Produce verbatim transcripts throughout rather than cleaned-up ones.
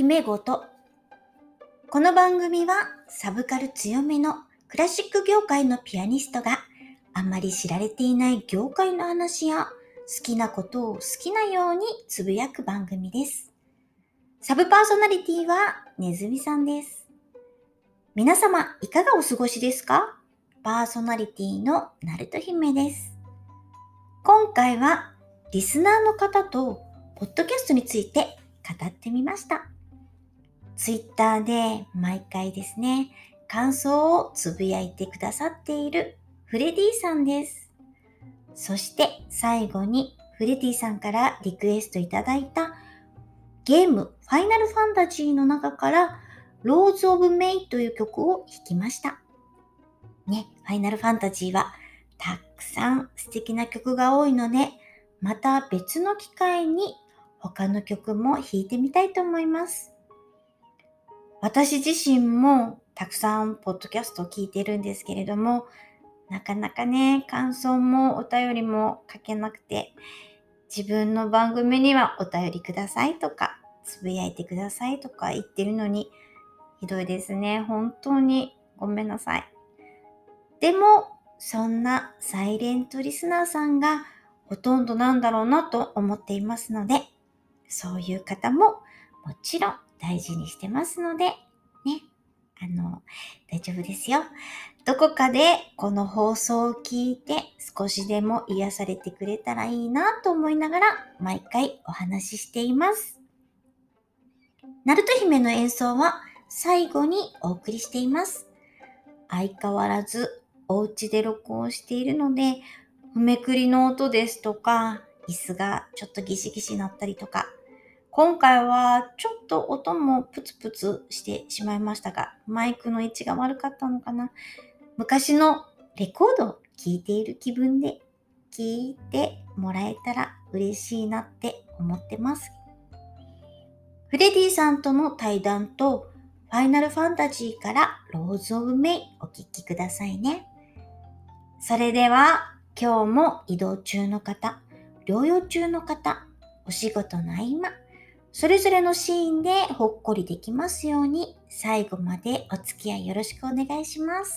姫ごと。この番組はサブカル強めのクラシック業界のピアニストがあんまり知られていない業界の話や好きなことを好きなようにつぶやく番組です。サブパーソナリティはねずみさんです。皆様いかがお過ごしですか？パーソナリティのなると姫です。今回はリスナーの方とポッドキャストについて語ってみました。ツイッターで毎回ですね、感想をつぶやいてくださっているフレディさんです。そして最後にフレディさんからリクエストいただいたゲームファイナルファンタジーの中からローズ・オブ・メイという曲を弾きました。ね、ファイナルファンタジーはたくさん素敵な曲が多いので、また別の機会に他の曲も弾いてみたいと思います。私自身もたくさんポッドキャストを聞いてるんですけれども、なかなかね、感想もお便りも書けなくて、自分の番組にはお便りくださいとか、つぶやいてくださいとか言ってるのに、ひどいですね。本当にごめんなさい。でも、そんなサイレントリスナーさんがほとんどなんだろうなと思っていますので、そういう方ももちろん大事にしてますので、ね、あの、大丈夫ですよ。どこかでこの放送を聞いて少しでも癒されてくれたらいいなと思いながら毎回お話ししています。ナルト姫の演奏は最後にお送りしています。相変わらずお家で録音しているので、踏めくりの音ですとか、椅子がちょっとギシギシ鳴ったりとか、今回はちょっと音もプツプツしてしまいましたが、マイクの位置が悪かったのかな。昔のレコードを聴いている気分で聴いてもらえたら嬉しいなって思ってます。フレディさんとの対談とファイナルファンタジーからローズ・オブ・メイお聴きくださいね。それでは今日も移動中の方、療養中の方、お仕事の合間、それぞれのシーンでほっこりできますように最後までお付き合いよろしくお願いします。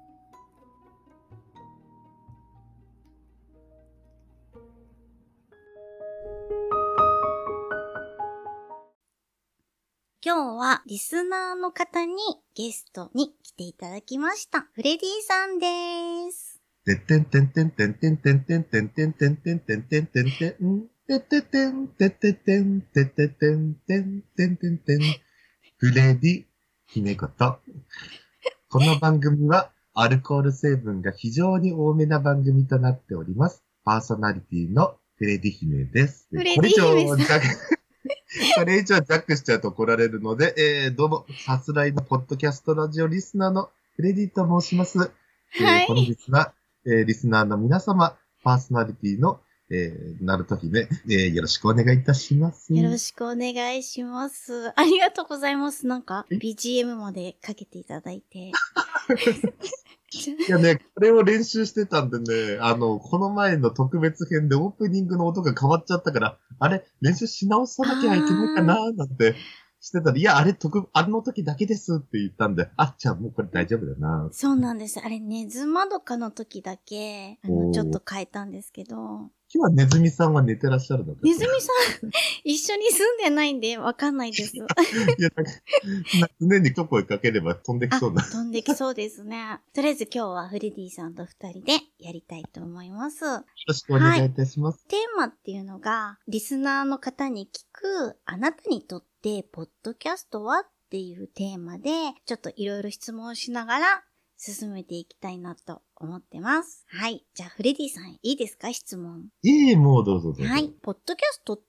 今日はリスナーの方にゲストに来ていただきました。フレディさんです。 てってんてんてんてんてんてんてんてんてんてんてんてんてんてんてんてっててんてっててんてっててんてんてんてんてんフレディ姫こと。この番組はアルコール成分が非常に多めな番組となっております。パーソナリティのフレディ姫です。 フレディ姫さん。 これ以上ジャックしちゃうと怒られるので、えー、どうも、さすらいのポッドキャストラジオリスナーのフレディと申します。はい、えー、本日は、えー、リスナーの皆様、パーソナリティの、えー、ナルト姫、えー、よろしくお願いいたします。 よろしくお願いします。ありがとうございます。なんか、ビージーエム までかけていただいて。 いやね、これを練習してたんでね、あの、この前の特別編でオープニングの音が変わっちゃったから、あれ、練習し直さなきゃいけないかななんてしてたら、いや、あれ、特、あの時だけですって言ったんで、あ、じゃあもうこれ大丈夫だな。 そうなんです。あれ、ネズマドカの時だけ、あの、ちょっと変えたんですけど。 今日はネズミさんは寝てらっしゃるのかネズミさん、一緒に住んでないんでわかんないです。いや、 なんか、常にと声かければ飛んできそうな。 飛んできそうですね。とりあえず今日はフレディさんと二人でやりたいと思います。よろしくお願いいたします。 はい、テーマっていうのが、リスナーの方に聞く、あなたにとってポッドキャストはっていうテーマで、ちょっといろいろ質問しながら進めていきたいなと思ってます。はい。じゃあ、フレディさん、いいですか？質問。 いい、もうどうぞどうぞ。 はい。ポッドキャストって、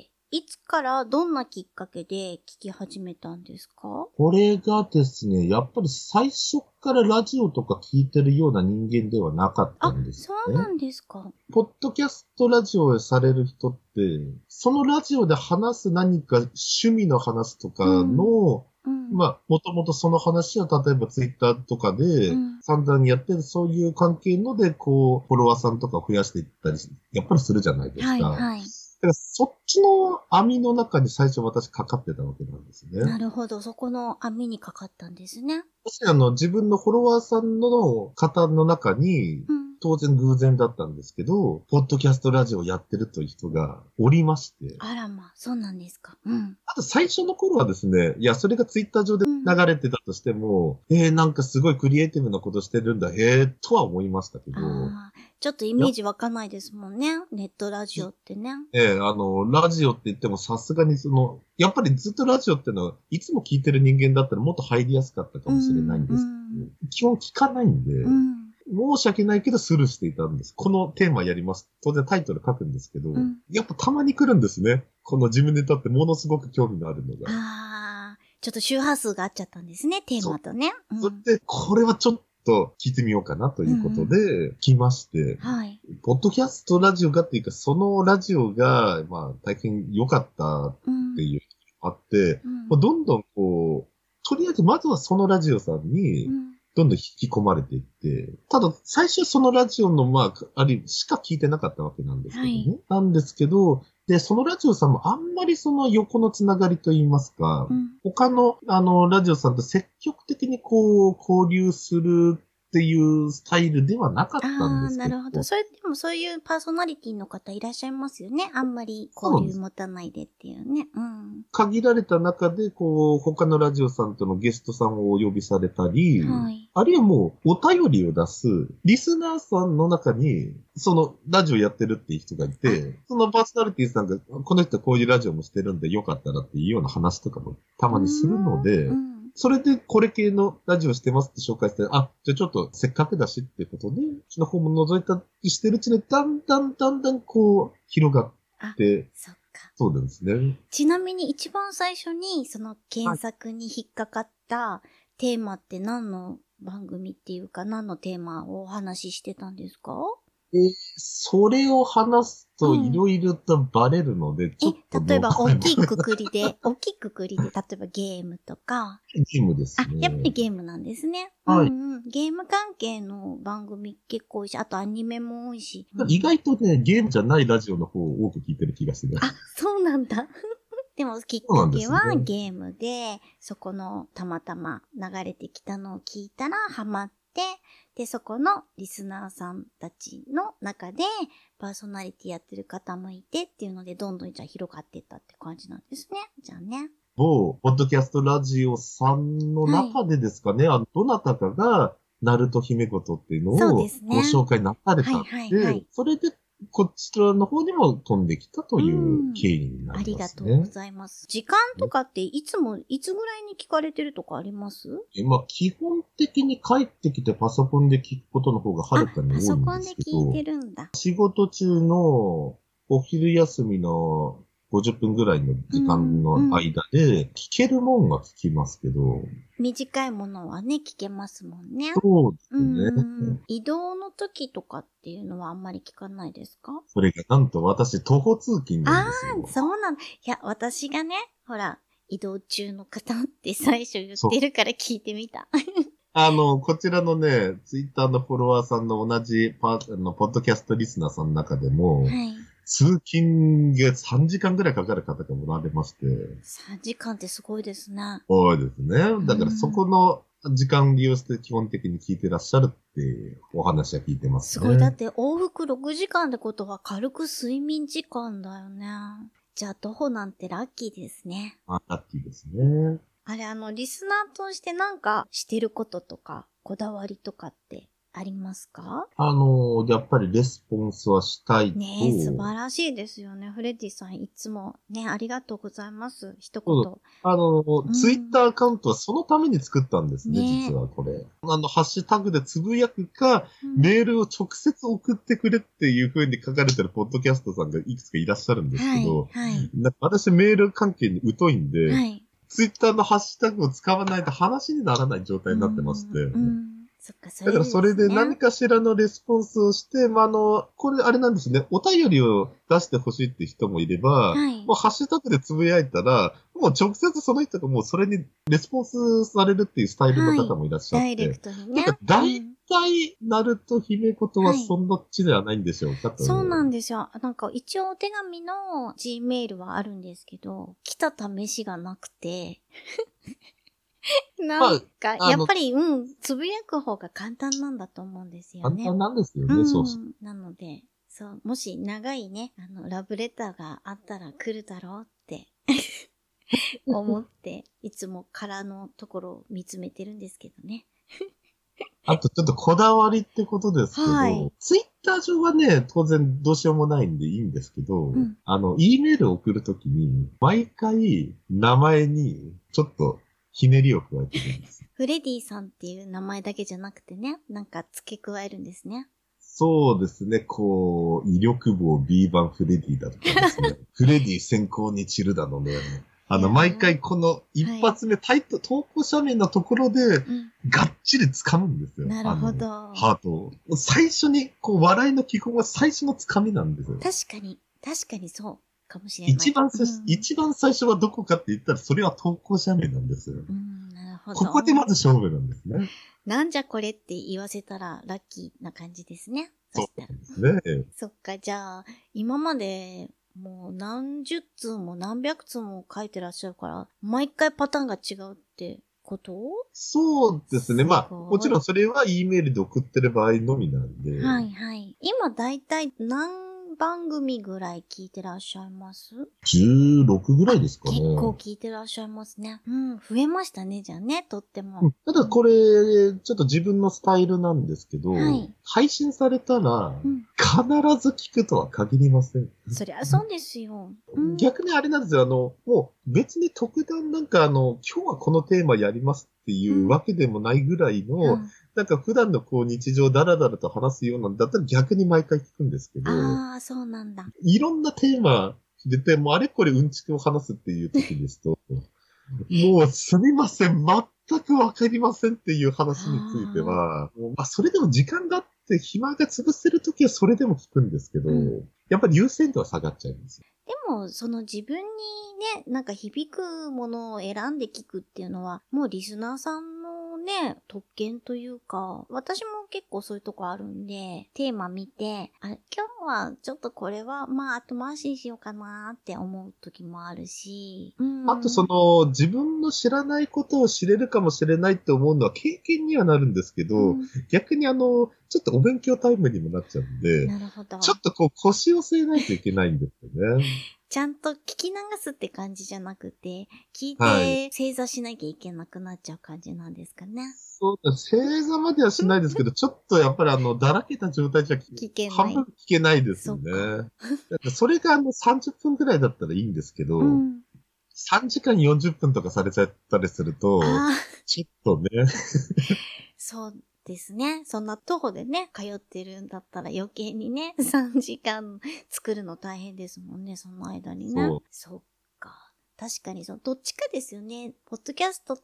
いつからどんなきっかけで聞き始めたんですか？ これがですね、やっぱり最初からラジオとか聞いてるような人間ではなかったんですね。 あ、そうなんですか。 ポッドキャストラジオをされる人って、そのラジオで話す何か趣味の話とかの、うんうん、まあ、もともとその話は例えばツイッターとかで散々やってる、そういう関係ので、こう、フォロワーさんとか増やしていったり、やっぱりするじゃないですか。はいはい。 からそっちの網の中に最初私かかってたわけなんですね。 なるほど。そこの網にかかったんですね。 私あの自分のフォロワーさんの方の中に、 うん。 当然偶然だったんですけど、ポッドキャストラジオやってるという人がおりまして。 あらまあ、そうなんですか。うん。 あと最初の頃はですね、いや、それがツイッター上でうん流れてたとしても、えー、なんかすごいクリエイティブなことしてるんだ、へー、とは思いましたけど、 ああ、ちょっとイメージ湧かないですもんね。ネットラジオってね。 えー、あの、ラジオって言ってもさすがにその、やっぱりずっとラジオってのは、いつも聞いてる人間だったらもっと入りやすかったかもしれないんですけど、 うん基本聞かないんで、 うん申し訳ないけどスルーしていたんです。このテーマやります。当然タイトル書くんですけど、 うん、 やっぱたまに来るんですね。この自分にとってものすごく興味のあるのが。 ああ、ちょっと周波数が合っちゃったんですね、テーマとね。うん、 それで、これはちょっと聞いてみようかなということで、来まして、 はい。 ポッドキャストラジオがっていうか、そのラジオが、まあ、大変良かったっていうのがあって、 うんまあ、どんどんこう、とりあえずまずはそのラジオさんに、 うんどんどん引き込まれていって、ただ最初そのラジオのまあ、あれしか聞いてなかったわけなんですけどね。 はいなんですけど、で、そのラジオさんもあんまりその横のつながりといいますか、 うん、 他のあのラジオさんと積極的にこう交流するっていうスタイルではなかったんああ、 ですけど。 なるほど。それでもそういうパーソナリティの方いらっしゃいますよね。あんまり交流持たないでっていうね。うん。 限られた中で、こう、他のラジオさんとのゲストさんをお呼びされたり、 はい。 あるいはもう、お便りを出す、リスナーさんの中に、その、ラジオやってるっていう人がいて、そのパーソナリティさんが、この人こういうラジオもしてるんでよかったらっていうような話とかもたまにするので、 うん。 それでこれ系のラジオしてますって紹介して、あ、じゃあちょっとせっかくだしってことで、うちの方も覗いたりしてるうちに、だんだんだんだんこう、広がって、 そっか。 そうなんですね。 ちなみに一番最初にその検索に引っかかったテーマって何の番組っていうか何のテーマをお話ししてたんですか？ えーそれを話すといろいろとバレるので、ちょっと。 え、例えば大きいくくりで、大きいくくりで、例えばゲームとか。 ゲームですね。 あ、やっぱりゲームなんですね。 はいうんうん。ゲーム関係の番組結構多いし、あとアニメも多いし。うん意外とね、ゲームじゃないラジオの方を多く聞いてる気がする。 あ、そうなんだ。でもきっかけはゲームで、そこのたまたま流れてきたのを聞いたらハマって、で、そこのリスナーさんたちの中でパーソナリティやってる方もいてっていうので、どんどんじゃあ広がっていったって感じなんですね。じゃあね。 某、ポッドキャストラジオさんの中でですかね、あの、どなたかが、ナルト姫事っていうのをごそうですね紹介なされたんはいはいはいで、それで、こちらの方にも飛んできたという経緯になありがりますね。 とうございます。時間とかっていつも、いつぐらいに聞かれてるとかあります？ えまあ、基本的に帰ってきてパソコンで聞くことの方がはるかに多いんですけど、 パソコンで聞いてるんだ。 仕事中のお昼休みのごじゅっぷんぐらいの時間の間で、聞けるもんは聞きますけど、 短いものはね、聞けますもんね。 そうですうんね。 うんうん移動の時とかっていうのはあんまり聞かないですか？ それがなんと私、徒歩通勤なんですよ。 そうなの。いや、私がね、ほら、移動中の方って最初言ってるから聞いてみた。 あの、こちらのね、ツイッターのフォロワーさんの同じパーあの、ポッドキャストリスナーさんの中でも、 はい。 通勤がさんじかんぐらいかかる方がおられまして、 さんじかんってすごいですね。 多いですね。だからそこの時間利用して基本的に聞いてらっしゃるっていうお話は聞いてますね。 すごい。だって往復ろくじかんってことは軽く睡眠時間だよね。じゃあ徒歩なんてラッキーですね。 あ、ラッキーですね。 あれ、あの、リスナーとしてなんかしてることとか、こだわりとかってありますか？ あの、やっぱりレスポンスはしたいと。 ねえ、素晴らしいですよね。フレディさん、いつもね、ありがとうございます。一言。 あの、 んツイッターアカウントはそのために作ったんですね、 ね実はこれ。あの、ハッシュタグでつぶやくか、 うんメールを直接送ってくれっていう風に書かれてるポッドキャストさんがいくつかいらっしゃるんですけど、 はい、はい、 なんか私メール関係に疎いんで、 はい。 ツイッターのハッシュタグを使わないと話にならない状態になってまして。 うんうんそっか、そだからそれで何か、 かしらのレスポンスをして、まあ、あの、これあれなんですね、お便りを出してほしいって人もいれば、 はいもうハッシュタグでつぶやいたら、もう直接その人がもうそれにレスポンスされるっていうスタイルの方もいらっしゃって、 ダイレクトにね。 なんか大うん体、ナルト姫ことはそんなっちではないんでしょうか、はい、 そうなんですよ。なんか一応お手紙の G メールはあるんですけど、来た試しがなくて。なんか、やっぱり、うん、つぶやく方が簡単なんだと思うんですよね。 簡単なんですよね、 うん、 そうそう。 なので、そう、もし長いね、あの、ラブレターがあったら来るだろうって思って、いつも空のところを見つめてるんですけどね。 あとちょっとこだわりってことですけど、はい、ツイッター上はね、当然どうしようもないんでいいんですけど、うん、あの、E メールを送るときに、毎回名前にちょっとひねりを加えてるんです。 フレディさんっていう名前だけじゃなくてね、なんか付け加えるんですね。 そうですね、こう、威力棒 B 版フレディだとかですね、フレディ先行に散るだのね、あの、毎回この一発目、はい、タイト、投稿者名のところで、がっちり掴むんですよ。 なるほど。 ハートを。最初に、こう、笑いの基本は最初の掴みなんですよ。 確かに、確かにそうかもしれない。 一番最初、うん、一番最初はどこかって言ったら、それは投稿者名なんですよ。 うん、なるほど。 ここでまず勝負なんですね。 なんじゃこれって言わせたらラッキーな感じですね。 そうですね。 そっか、じゃあ、今まで、もう何十通も何百通も書いてらっしゃるから、毎回パターンが違うってことそうですね。まあ、もちろんそれは E メールで送ってる場合のみなんで。 はいはい。今だいたい何番組ぐらい聞いてらっしゃいます？ じゅうろくぐらいですかね。 結構聞いてらっしゃいますね。うん、増えましたね、じゃあね、とっても。うん、 ただこれ、ちょっと自分のスタイルなんですけど、はい、配信されたら、うん、必ず聞くとは限りません。 そりゃそうですよ。 うん、逆にあれなんですよ、あの、もう別に特段なんかあの、今日はこのテーマやりますっていうわけでもないぐらいの、うん、なんか普段のこう日常だらだらと話すようなんだったら逆に毎回聞くんですけど。 ああ、そうなんだ。 いろんなテーマ出て、もうあれこれうんちくを話すっていう時ですと、もうすみません、全くわかりませんっていう話については、もうまあそれでも時間があって暇が潰せる時はそれでも聞くんですけど、うん、やっぱり優先度は下がっちゃいます。 でも、その自分にね、なんか響くものを選んで聞くっていうのは、もうリスナーさんのね、特権というか、私も結構そういうとこあるんで、テーマ見て、あ、今日はちょっとこれは、まあ後回しにしようかなって思う時もあるし、うん、 あとその、自分の知らないことを知れるかもしれないって思うのは経験にはなるんですけど、うん、逆にあの、ちょっとお勉強タイムにもなっちゃうんで、 なるほど。 ちょっとこう腰を据えないといけないんですよね。 ちゃんと聞き流すって感じじゃなくて、聞いて正座しなきゃいけなくなっちゃう感じなんですかね。 そうだ、正座まではしないですけど、ちょっとやっぱりあの、だらけた状態じゃ聞けない。 半分聞けないですよね。そ, それがあのさんじゅっぷんくらいだったらいいんですけど、うん、さんじかんよんじゅっぷんとかされちゃったりすると、ちょっとね。 そうですね。そんな徒歩でね、通ってるんだったら余計にね、さんじかん作るの大変ですもんね、その間にね。そう。そっか。確かにそう、どっちかですよね。ポッドキャストって、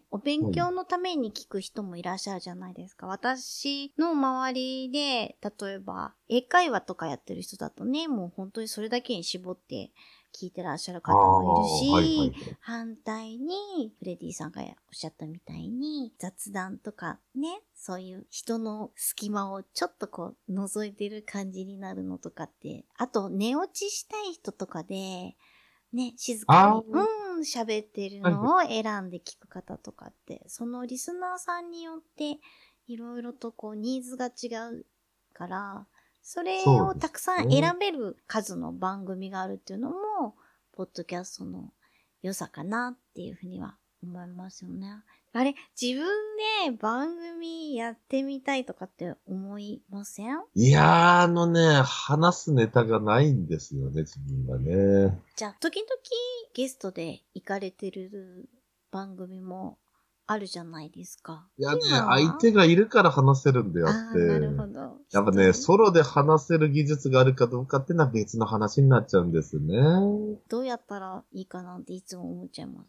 お勉強のために聞く人もいらっしゃるじゃないですか。はい、私の周りで、例えば、英会話とかやってる人だとね、もう本当にそれだけに絞って、聞いてらっしゃる方もいるし、はいはいはい、反対に、フレディさんがおっしゃったみたいに、雑談とかね、そういう人の隙間をちょっとこう、覗いてる感じになるのとかって、あと、寝落ちしたい人とかで、ね、静かに、うん、喋ってるのを選んで聞く方とかって、そのリスナーさんによって、いろいろとこう、ニーズが違うから、それをたくさん選べる数の番組があるっていうのも、ポッドキャストの良さかなっていうふうには思いますよね。あれ、自分で番組やってみたいとかって思いません？ いやー、あのね、話すネタがないんですよね、自分がね。 じゃあ、時々ゲストで行かれてる番組もあるじゃないですか。 いやね、相手がいるから話せるんであって。 なるほど。 やっぱね、ソロで話せる技術があるかどうかっていうのは別の話になっちゃうんですね。 どうやったらいいかなっていつも思っちゃいます。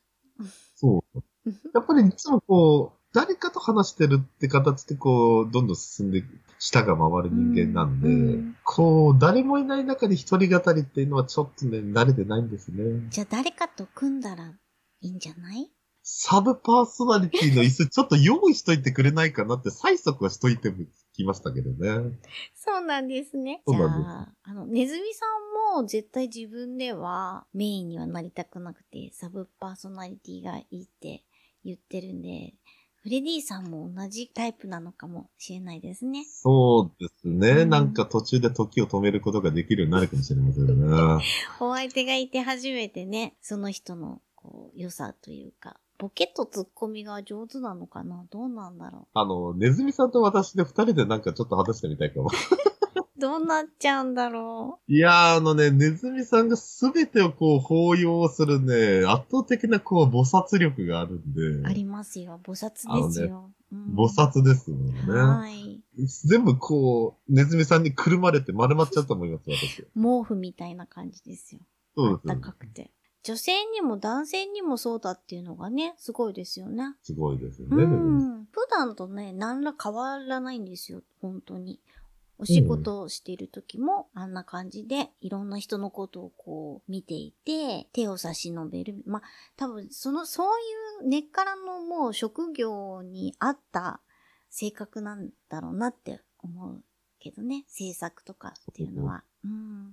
そう。やっぱりいつもこう、誰かと話してるって形でこう、どんどん進んで、舌が回る人間なんで、うんうん、こう、誰もいない中で一人語りっていうのはちょっとね、慣れてないんですね。 じゃあ誰かと組んだらいいんじゃない？ サブパーソナリティの椅子ちょっと用意しといてくれないかなって催促はしといてきましたけどね。 そうなんですね。じゃそうなんです。 あ、あの、ネズミさんも絶対自分ではメインにはなりたくなくて、サブパーソナリティがいいって言ってるんで、フレディさんも同じタイプなのかもしれないですね。 そうですね。 うんなんか途中で時を止めることができるようになるかもしれませんね。 お相手がいて初めてね、その人のこう良さというか、ボケとツッコミが上手なのかな、どうなんだろあの、ネズミさんと私で二人でなんかちょっと話してみたいかも。 う。どうなっちゃうんだろいやー、あのね、ネズミさんがすべてをこう包容するね、圧倒的なこう菩薩力があるんう。あで、 りますよ。菩薩ですあのね、 よ。うん菩薩ですもんね。 はーい。 全部こう、ネズミさんにくるまれて丸まっちゃうと思います、私。 毛布みたいな感じですよ。 そうですあったかくて。女性にも男性にもそうだっていうのがね、すごいですよね。 すごいですようね、でも。 ん。普段とね、何ら変わらないんですよ。本当に。お仕事をしている時もあんな感じでいろんな人のことをこう見ていて手を差し伸べる。まあ多分そのそういう根っからのもう職業に合った性格なんだろうなって思うけどね。制作とかっていうのは。うん、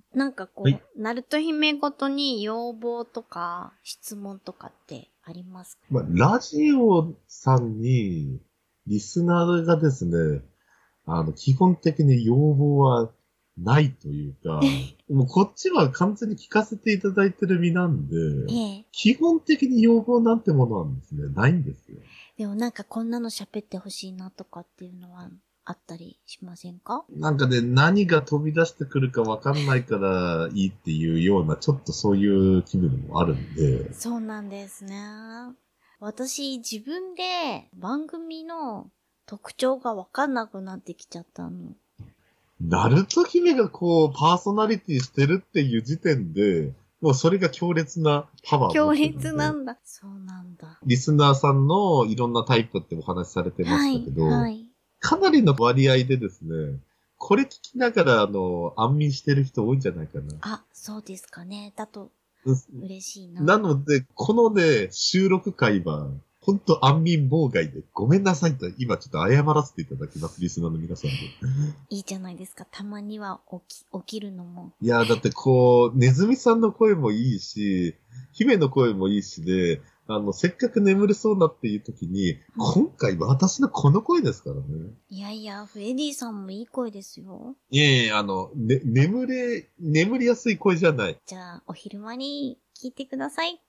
なんかこう、 はい、 ナルト姫ごとに要望とか質問とかってありますか？ まあ、ラジオさんに、リスナーがですね、あの、基本的に要望はないというか、もうこっちは完全に聞かせていただいてる身なんで、 ええ。 基本的に要望なんてものはですね、ないんですよ。 でもなんかこんなの喋ってほしいなとかっていうのはあったりしませんか？ なんかね、何が飛び出してくるかわかんないからいいっていうような、ちょっとそういう気分もあるんで。 そうなんですね。私自分で番組の特徴がわかんなくなってきちゃったの。 ナルト姫がこう、パーソナリティしてるっていう時点で、もうそれが強烈なパワーを強持ってるんで。 烈なんだ。そうなんだ。 リスナーさんのいろんなタイプってお話しされてまはい、 したけど、 はい。 かなりの割合でですね、これ聞きながら、あの、安眠してる人多いんじゃないかな。 あ、そうですかね。だとうん嬉しいな。 なので、このね、収録会は、ほんと安眠妨害でごめんなさいと今ちょっと謝らせていただきます、リスナーの皆さんで。 いいじゃないですか。たまには起き、起きるのも。 いや、だってこう、ネズミさんの声もいいし、姫の声もいいしで、あの、せっかく眠れそうなっていう時に、今回私のこの声ですからね。 いやいや、フレディさんもいい声ですよ。 いえいえ、あの、ね、眠れ、眠りやすい声じゃない。 じゃあ、お昼間に聞いてくださいって、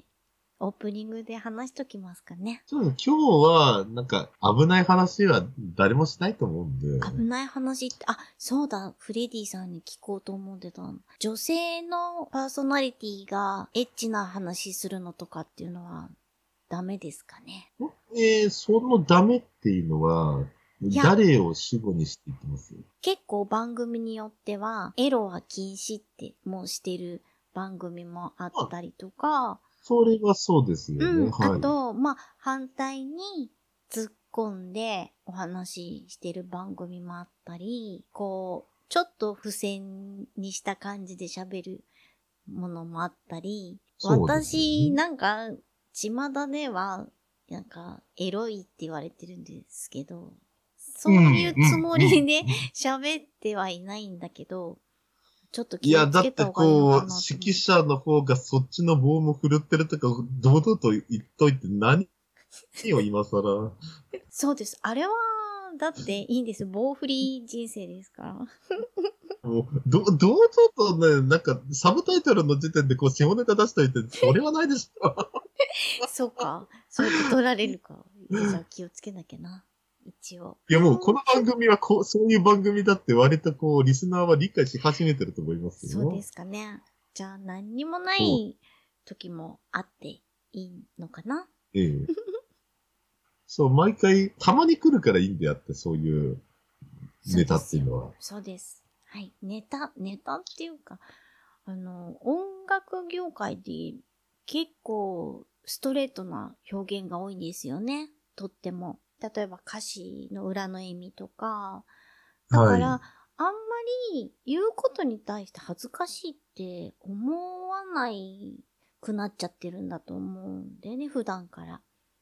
オープニングで話しときますかね。 ちょっと今日は、なんか、危ない話は誰もしないと思うんで。 危ない話って、あ、そうだ、フレディさんに聞こうと思ってたの。女性のパーソナリティがエッチな話するのとかっていうのはダメですかね。 えー、そのダメっていうのは、 や誰を主語にして言ってます？ 結構番組によっては、エロは禁止ってもうしてる番組もあったりとか、 それはそうですよね。 うん。 はい。 あと、まあ、反対に突っ込んでお話ししてる番組もあったり、こう、ちょっと付箋にした感じで喋るものもあったり、 そうですよ私、 ね。 なんか、巷では、なんか、エロいって言われてるんですけど、そういうつもりで喋ってはいないんだけど、ちょっといや、 気をつだってけた方がいいのこう、 かなと思う。 指揮者の方がそっちの棒も振るってるとか、堂々と言っといて何を今更。 そうです。あれは、だっていいんです。棒振り人生ですから。 もう、ど、堂々とね、なんか、サブタイトルの時点でこう、下ネタ出しといて、それはないでしょ。 そうか。そうやって取られるか。じゃあ気をつけなきゃな。一応。 いやもう、この番組はこう、そういう番組だって割とこう、リスナーは理解し始めてると思いますよ。 そうですかね。じゃあ何にもなそうい時もあっていいのかな。 ええ。そう、毎回、たまに来るからいいんであって、そういうネタっていうのは。 そうです。はい。ネタ、ネタっていうか、あの、音楽業界で結構ストレートな表現が多いんですよね。とっても。例えば歌詞の裏の意味とか。だから、 はい、 あんまり言うことに対して恥ずかしいって思わないくなっちゃってるんだと思うんでね、普段から。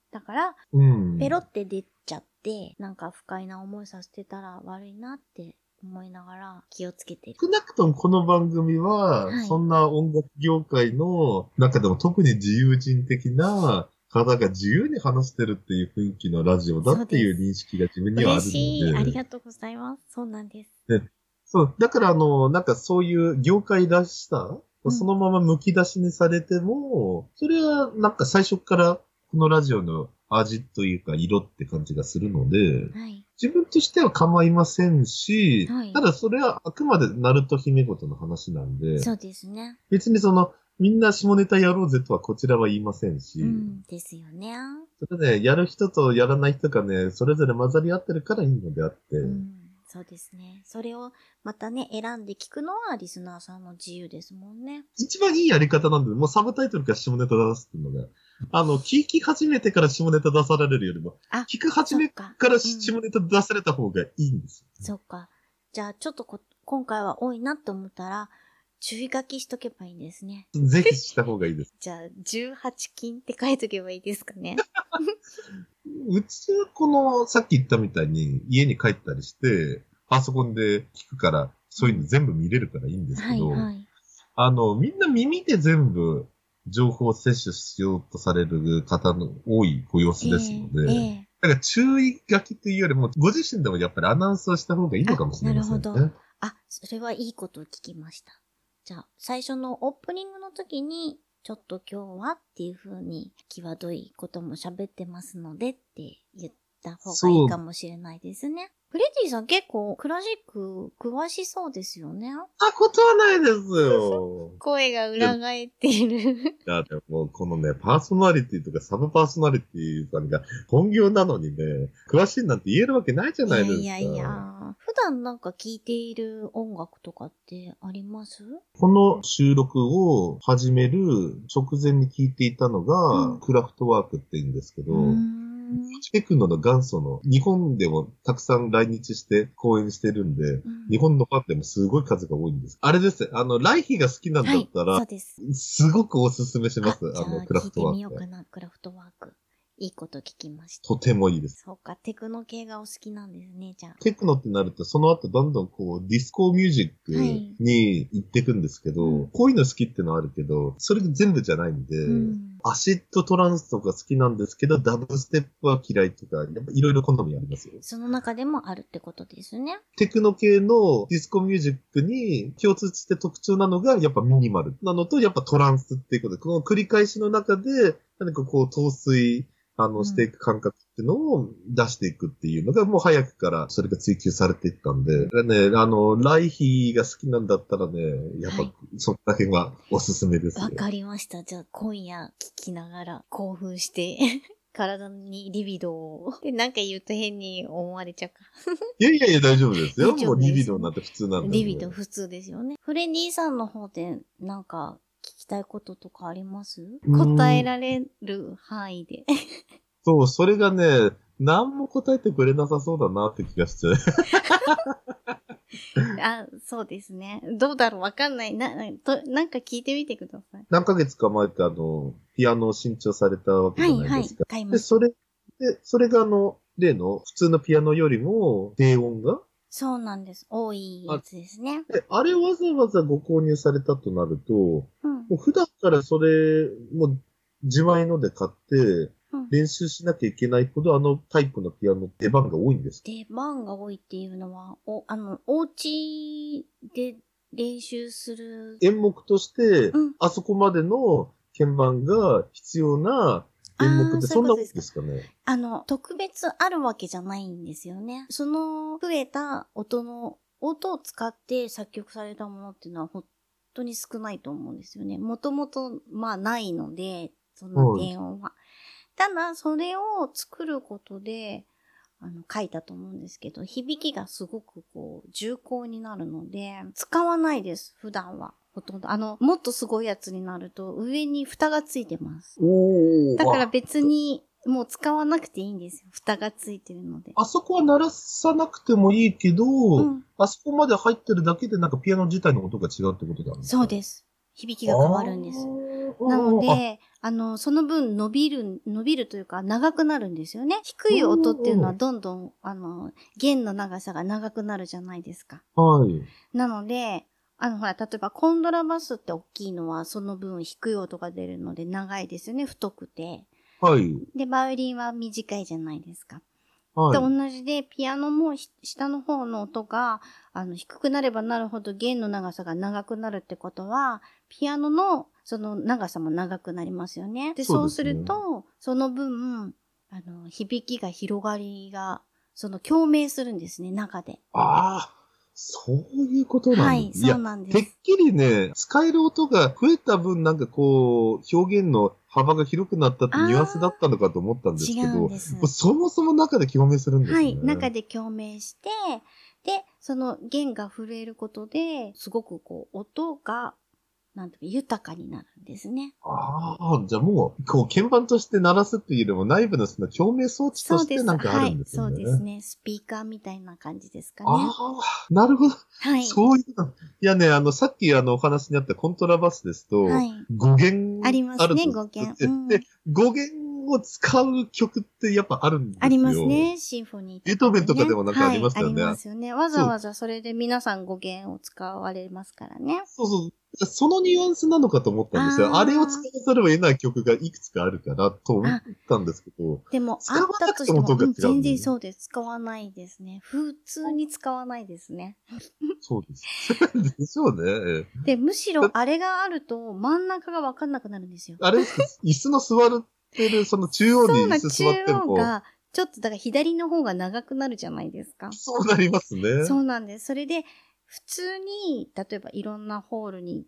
だから、 うん。 ペロって出ちゃって、なんか不快な思いさせてたら悪いなって思いながら気をつけてる。 少なくともこの番組は、 はいそんな音楽業界の中でも特に自由人的な方が自由に話してるっていう雰囲気のラジオだっていう認識が自分にはあるので。 嬉しい。ありがとうございます。そうなんです。 でそう。だからあの、なんかそういう業界らしさ、うん、そのまま剥き出しにされても、それはなんか最初からこのラジオの味というか色って感じがするので、はい、自分としては構いませんし、はい、ただそれはあくまでナルト姫ごとの話なんで、 そうですね。 別にその、みんな下ネタやろうぜとはこちらは言いませんし、 うん、ですよね。 それね、やる人とやらない人がね、それぞれ混ざり合ってるからいいのであって、うんそうですね。それをまたね、選んで聞くのはリスナーさんの自由ですもんね。 一番いいやり方なんで、もうサブタイトルから下ネタ出すっていうのが、あの、聞き始めてから下ネタ出されるよりも、聞く始めから下ネタ出された方がいいんですよ、 ね。そっか。じゃあ、ちょっとこ今回は多いなと思ったら、注意書きしとけばいいんですね。 ぜひした方がいいです。 じゃあ、じゅうはちきんって書いとけばいいですかね。 うちはこの、さっき言ったみたいに家に帰ったりして、パソコンで聞くから、そういうの全部見れるからいいんですけど、はいはい、あの、みんな耳で全部情報を摂取しようとされる方の多いご様子ですので、えーえー、だから注意書きというよりも、ご自身でもやっぱりアナウンスをした方がいいのかもしれませんね。なるほど。 あ、それはいいことを聞きました。じゃあ、最初のオープニングの時に、ちょっと今日はっていう風に、際どいことも喋ってますのでって言った方がいいかもしれないですね。フレディさん結構クラシック詳しそうですよね。 そんなことはないですよ。 声が裏返っている。 だってもうこのね、パーソナリティとかサブパーソナリティさんが本業なのにね、詳しいなんて言えるわけないじゃないですか。 いやいやいや。普段なんか聴いている音楽とかってあります？ この収録を始める直前に聴いていたのが、うん、クラフトワークって言うんですけど、テクノの元祖の、日本でもたくさん来日して公演してるんで、うん、日本のファンでもすごい数が多いんです。あれです。あの、ライヒが好きなんだったら、はい、そうです。すごくおすすめします。あ, あの、クラフトワーク。 聞いてみようかな、クラフトワーク。いいこと聞きました。 とてもいいです。 そうか、テクノ系がお好きなんですね、じゃあ。 テクノってなると、その後どんどんこう、ディスコミュージックに行っていくんですけど、はい、こういうの好きってのはあるけど、それが全部じゃないんで、うん、アシッドトランスとか好きなんですけど、ダブステップは嫌いとか、やっぱいろいろ好みありますよ。 その中でもあるってことですね。 テクノ系のディスコミュージックに共通して特徴なのが、やっぱミニマルなのと、やっぱトランスっていうことで、この繰り返しの中で、何かこう、陶酔、あの、していく感覚っていうのを出していくっていうのが、もう早くからそれが追求されていったんで、ね、あの、来ヒが好きなんだったらね、やっぱ、そこら辺はおすすめですよ。 わかりました。じゃあ、今夜聞きながら興奮して、体にリビドーを。で、なんか言うと変に思われちゃうか。 いやいやいや、大丈夫ですよ。もうリビドーなんて普通なんで。 リビドー普通ですよね。フレディさんの方で、なんか、聞きたいこととかあります？答えられる範囲で。 そう、それがね、何も答えてくれなさそうだなって気がしちゃう。 あ、そうですね。どうだろうわかんない。な、と、なんか聞いてみてください。 何ヶ月か前ってあの、ピアノを新調されたわけじゃないですか。 はいはい、買いまで、それ、で、それがあの、例の普通のピアノよりも低音がそうなんです。多いやつですね。 あ, あれわざわざご購入されたとなると、うん、もう普段からそれ、もう自前ので買って、練習しなきゃいけないほど、あのタイプのピアノ出番が多いんです。 出番が多いっていうのは、お、あの、お家で練習する。 演目として、うん、あそこまでの鍵盤が必要な演目ってそんなことですかね。 あの、特別あるわけじゃないんですよね。その増えた音の、音を使って作曲されたものっていうのは本当に少ないと思うんですよね。もともと、まあないので、そんな低音は。ただ、それを作ることで、あの、書いたと思うんですけど、響きがすごくこう、重厚になるので、使わないです、普段は。ほとんど。あの、もっとすごいやつになると、上に蓋がついてます。 おー。 だから別に、もう使わなくていいんですよ。蓋がついてるので。 あそこは鳴らさなくてもいいけど、うん、あそこまで入ってるだけでなんかピアノ自体の音が違うってことなんですか？ そうです。響きが変わるんです。 なので、あの、その分伸びる、伸びるというか長くなるんですよね。低い音っていうのはどんどん、あの、弦の長さが長くなるじゃないですか。 はい。 なので、あの、ほら、例えばコントラバスって大きいのはその分低い音が出るので長いですよね、太くて。 はい。 で、バイオリンは短いじゃないですか。 はい。 と同じで、ピアノも下の方の音が、あの、低くなればなるほど弦の長さが長くなるってことは、ピアノのその長さも長くなりますよね。で、そうすると、その分、あの、響きが広がりが、その共鳴するんですね、中で。 ああ、そういうことなんです。 はい、そうなんです。 いや、てっきりね、使える音が増えた分、なんかこう、表現の幅が広くなったってニュアンスだったのかと思ったんですけど、違うんです。そもそも中で共鳴するんですね。 はい、中で共鳴して、で、その弦が震えることで、すごくこう、音が、なんていうか、豊かになるんですね。 ああ、じゃあもう、こう、鍵盤として鳴らすっていうよりも、内部のその共鳴装置としてなんかあるんですね。 そうです。はい、そうですね。スピーカーみたいな感じですかね。 ああ、なるほど。はい。そういうの。いやね、あの、さっきあの、お話にあったコントラバスですと、はい、語源ありますね、語源。 うん、で、語源を使う曲ってやっぱあるんですよ。 ありますね、シンフォニーとか、ね。 ベートーベンとかでもなんかありますよね。はい、 ありますよね。わざわざそれで皆さん語源を使われますからね。 そうそう。そのニュアンスなのかと思ったんですよ。あ, あれを使わざるを得ない曲がいくつかあるからと思ったんですけど。 でも、あったとしても、うん、全然そうです。使わないですね。普通に使わないですね。 そうです。でしょうね。 で、むしろあれがあると真ん中がわかんなくなるんですよ。 あれですか、椅子の座ってる、その中央に椅子座ってるの。中央が、ちょっとだから左の方が長くなるじゃないですか。 そうなりますね。 そうなんです。それで、普通に、例えばいろんなホールに行って、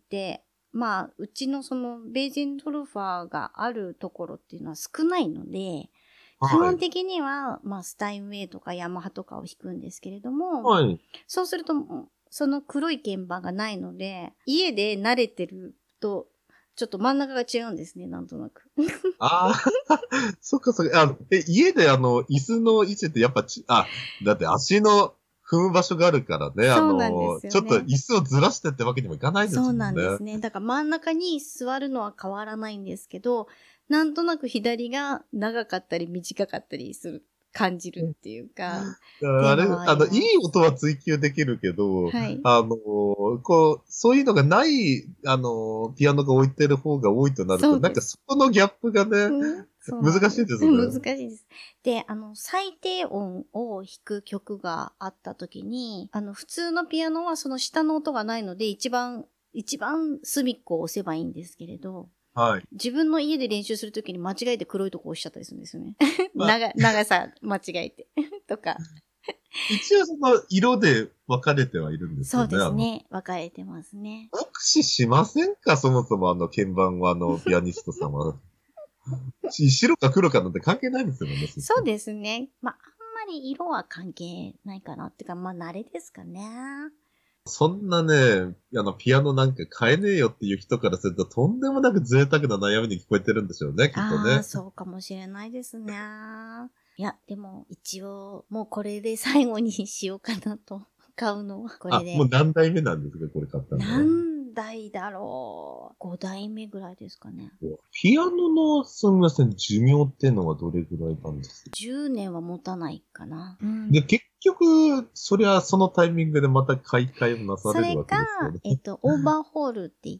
まあ、うちのそのベーゼントルファーがあるところっていうのは少ないので、はい、基本的には、まあ、スタインウェイとかヤマハとかを弾くんですけれども、はい、そうすると、その黒い鍵盤がないので、家で慣れてると、ちょっと真ん中が違うんですね、なんとなく。 ああ、そっかそっか。あえ、家であの、椅子の位置ってやっぱち、あ、だって足の踏む場所があるからね。 そうなんですよね。 あの、ちょっと椅子をずらしてってわけにもいかないですもんね。 そうなんですね。だから真ん中に座るのは変わらないんですけど、なんとなく左が長かったり短かったりする。感じるっていうか。 あれ、あの、いい音は追求できるけど、はい、あの、こう、そういうのがない、あの、ピアノが置いてる方が多いとなると、なんかそこのギャップがね、うん難しいですね。 難しいです。で、あの、最低音を弾く曲があった時に、あの、普通のピアノはその下の音がないので、一番、一番隅っこを押せばいいんですけれど、はい。自分の家で練習するときに間違えて黒いとこ押しちゃったりするんですよね。長、長さ間違えて。とか。 一応その色で分かれてはいるんですよね。 そうですね。分かれてますね。 目視しませんかそもそもあの鍵盤はあのピアニストさんは。白か黒かなんて関係ないですよね。 そうですね。まあ、あんまり色は関係ないかなっていうか、まあ慣れですかね。 そんなね、あの、ピアノなんか買えねえよっていう人からすると、とんでもなく贅沢な悩みに聞こえてるんでしょうね、きっとね。 ああ、そうかもしれないですね。いや、でも、一応、もうこれで最後にしようかなと、買うのは。これで。 あ、もう何代目なんですか、これ買ったのは。 何代だろう。ご代目ぐらいですかね。 ピアノの、すみません、寿命っていうのはどれぐらいなんですか？ じゅうねんは持たないかな。 うん、で、結局、そりゃそのタイミングでまた買い替えもなされるわけですよね。 それが、えっと、オーバーホールって言って、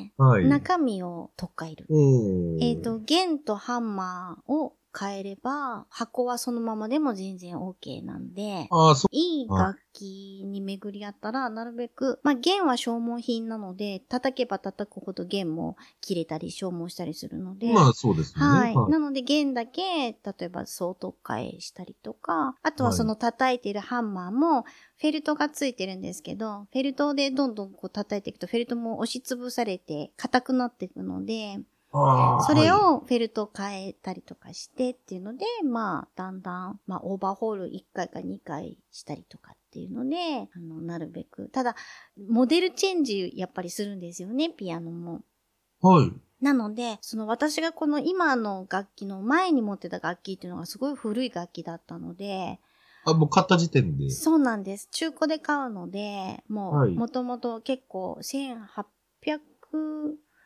はい、中身を取っ替える。えっと、弦とハンマーを変えれば、箱はそのままでも全然 OK なんで、あそういい楽器に巡り合ったら、なるべく、まあ、弦は消耗品なので、叩けば叩くほど弦も切れたり消耗したりするので、 まあそうですね。 はい。はい、なので弦だけ、例えば総取っ替えしたりとか、あとはその叩いているハンマーも、フェルトがついてるんですけど、フェルトでどんどんこう叩いていくと、フェルトも押しつぶされて硬くなっていくので、それをフェルト変えたりとかしてっていうので、まあ、だんだん、まあ、オーバーホールいっかいかにかいしたりとかっていうので、あの、なるべく。ただ、モデルチェンジやっぱりするんですよね、ピアノも。 はい。 なので、その私がこの今の楽器の前に持ってた楽器っていうのがすごい古い楽器だったので、 あ、もう買った時点で。 そうなんです。中古で買うので、もう、もともと結構せんはっぴゃく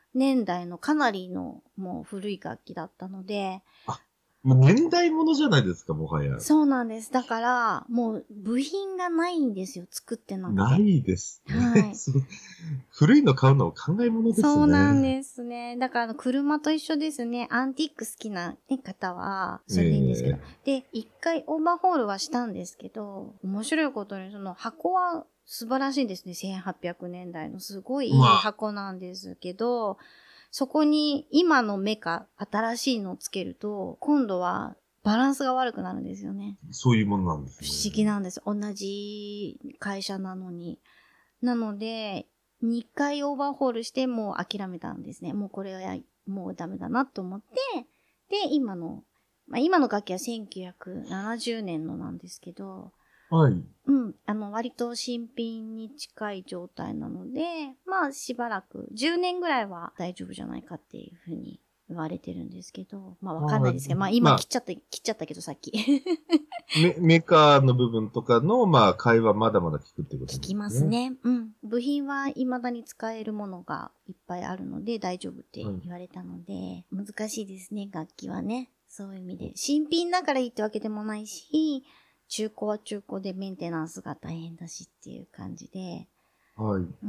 ねんだいのかなりのもう古い楽器だったので、 もう年代物じゃないですか、もはや。 そうなんです。だから、もう部品がないんですよ。作ってなくて。 ないですね。 はいそう古いの買うのは考え物ですね。 そうなんですね。だから、車と一緒ですね。アンティーク好きな、ね、方は、それでいいんですけど。で、一回オーバーホールはしたんですけど、面白いことに、その箱は素晴らしいですね。せんはっぴゃくねんだいのすごいいい箱なんですけど、そこに今のメカ、新しいのをつけると、今度はバランスが悪くなるんですよね。 そういうものなんですね。 不思議なんです。同じ会社なのに。なので、にかいオーバーホールしてもう諦めたんですね。もうこれはもうダメだなと思って、で、今の、まあ、今の楽器はせんきゅうひゃくななじゅうねんのなんですけど、 はい。 うん、あの、割と新品に近い状態なので、まあしばらく、じゅうねんぐらいは大丈夫じゃないかっていうふうに言われてるんですけど、まあわかんないですけど、まあ今切っちゃった、切っちゃったけどさっき。 メメーカーの部分とかの、まあ、会話まだまだ聞くってことですね。 聞きますね。うん。部品は未だに使えるものがいっぱいあるので大丈夫って言われたので、うん、難しいですね、楽器はね。そういう意味で。新品だからいいってわけでもないし、中古は中古でメンテナンスが大変だしっていう感じで。 はい。 うん。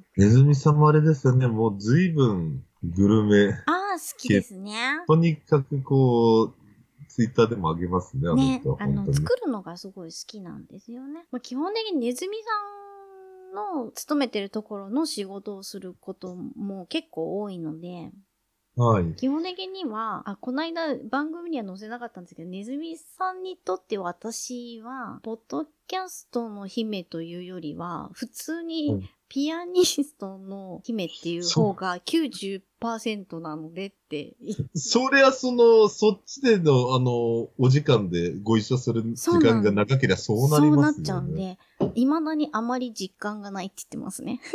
ネズミさんもあれですよね、もう随分グルメ。 ああ、好きですね。 とにかくこう、ツイッターでもあげますね、 ね、 あのあの、作るのがすごい好きなんですよね。まあ、基本的にネズミさんの勤めてるところの仕事をすることも結構多いので、 はい。 基本的には、あ、この間番組には載せなかったんですけど、ネズミさんにとって私は、ポッドキャストの姫というよりは、普通にピアニストの姫っていう方が きゅうじゅっパーセント なのでって。 それはその、そっちでの、あの、お時間でご一緒する時間が長ければそうなりますよね。 そうなっちゃうんで、未だにあまり実感がないって言ってますね。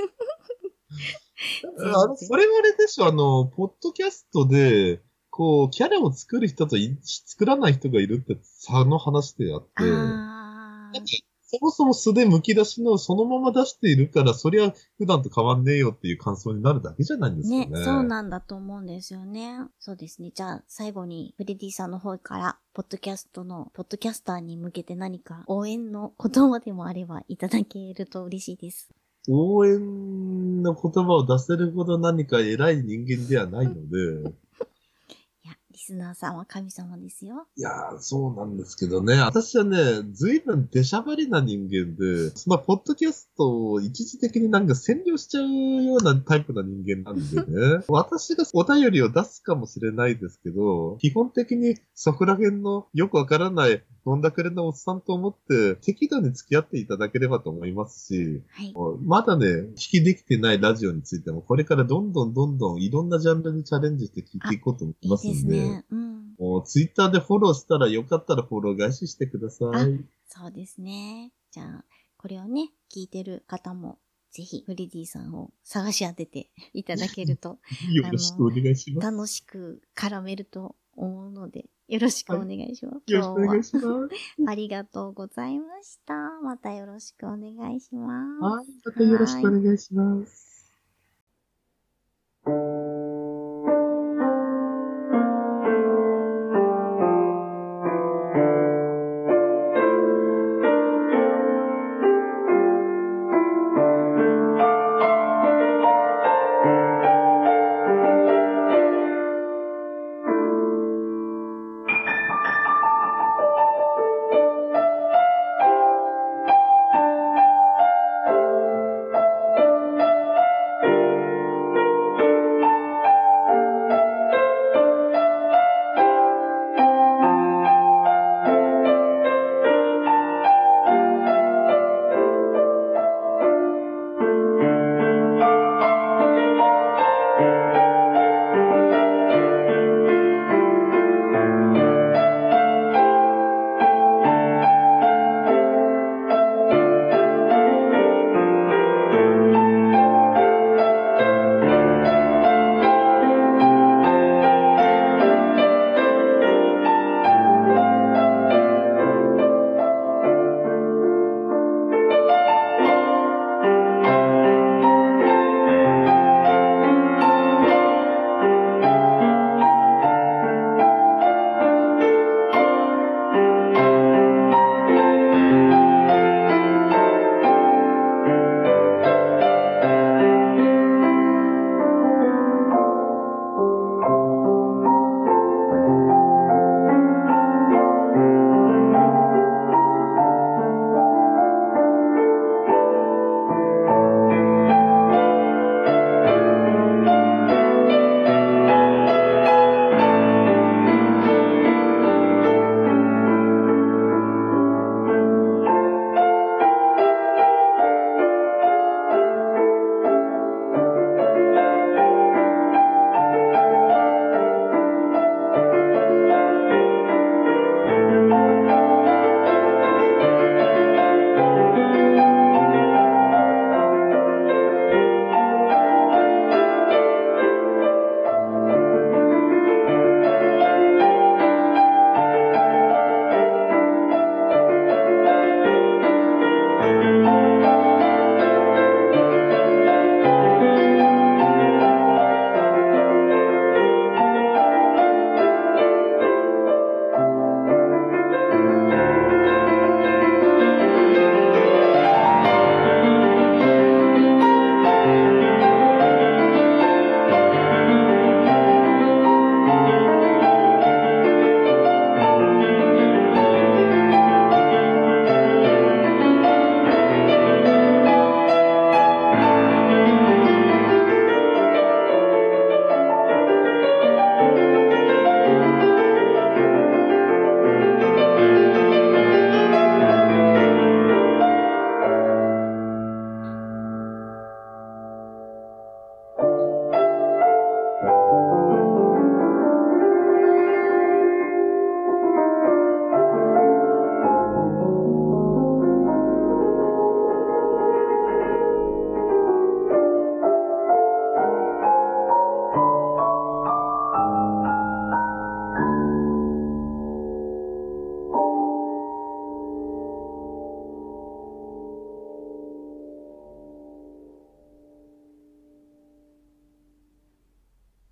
あの、それはあれでしょ、あの、ポッドキャストで、こう、キャラを作る人とい作らない人がいるって差の話であって、 あーそもそも素で剥き出しのそのまま出しているから、そりゃ普段と変わんねえよっていう感想になるだけじゃないんですよね。 ね、そうなんだと思うんですよね。そうですね。じゃあ、最後に、フレディさんの方から、ポッドキャストの、ポッドキャスターに向けて何か応援の言葉でもあればいただけると嬉しいです。 応援の言葉を出せるほど何か偉い人間ではないので、 いや、リスナーさんは神様ですよ。 いやー、そうなんですけどね。私はね、随分出しゃばりな人間で、まあ、ポッドキャストを一時的になんか占領しちゃうようなタイプな人間なんでね。私がお便りを出すかもしれないですけど、基本的にそこら辺のよくわからない飲んだくれのおっさんと思って適度に付き合っていただければと思いますし、 はい。 まだね、聞きできてないラジオについても、これからどんどんどんどんいろんなジャンルにチャレンジして聞いていこうと思いますんで、 いいですね。うん。 もうツイッターでフォローしたらよかったらフォロー返ししてください。 そうですね。じゃあ、これをね、聞いてる方も、ぜひ、フレディさんを探し当てていただけると、 よろしくお願いします。 楽しく絡めると思うので、よろしくお願いします。 はい、よろしくお願いします。 ありがとうございました。またよろしくお願いします。 はい、またよろしくお願いします。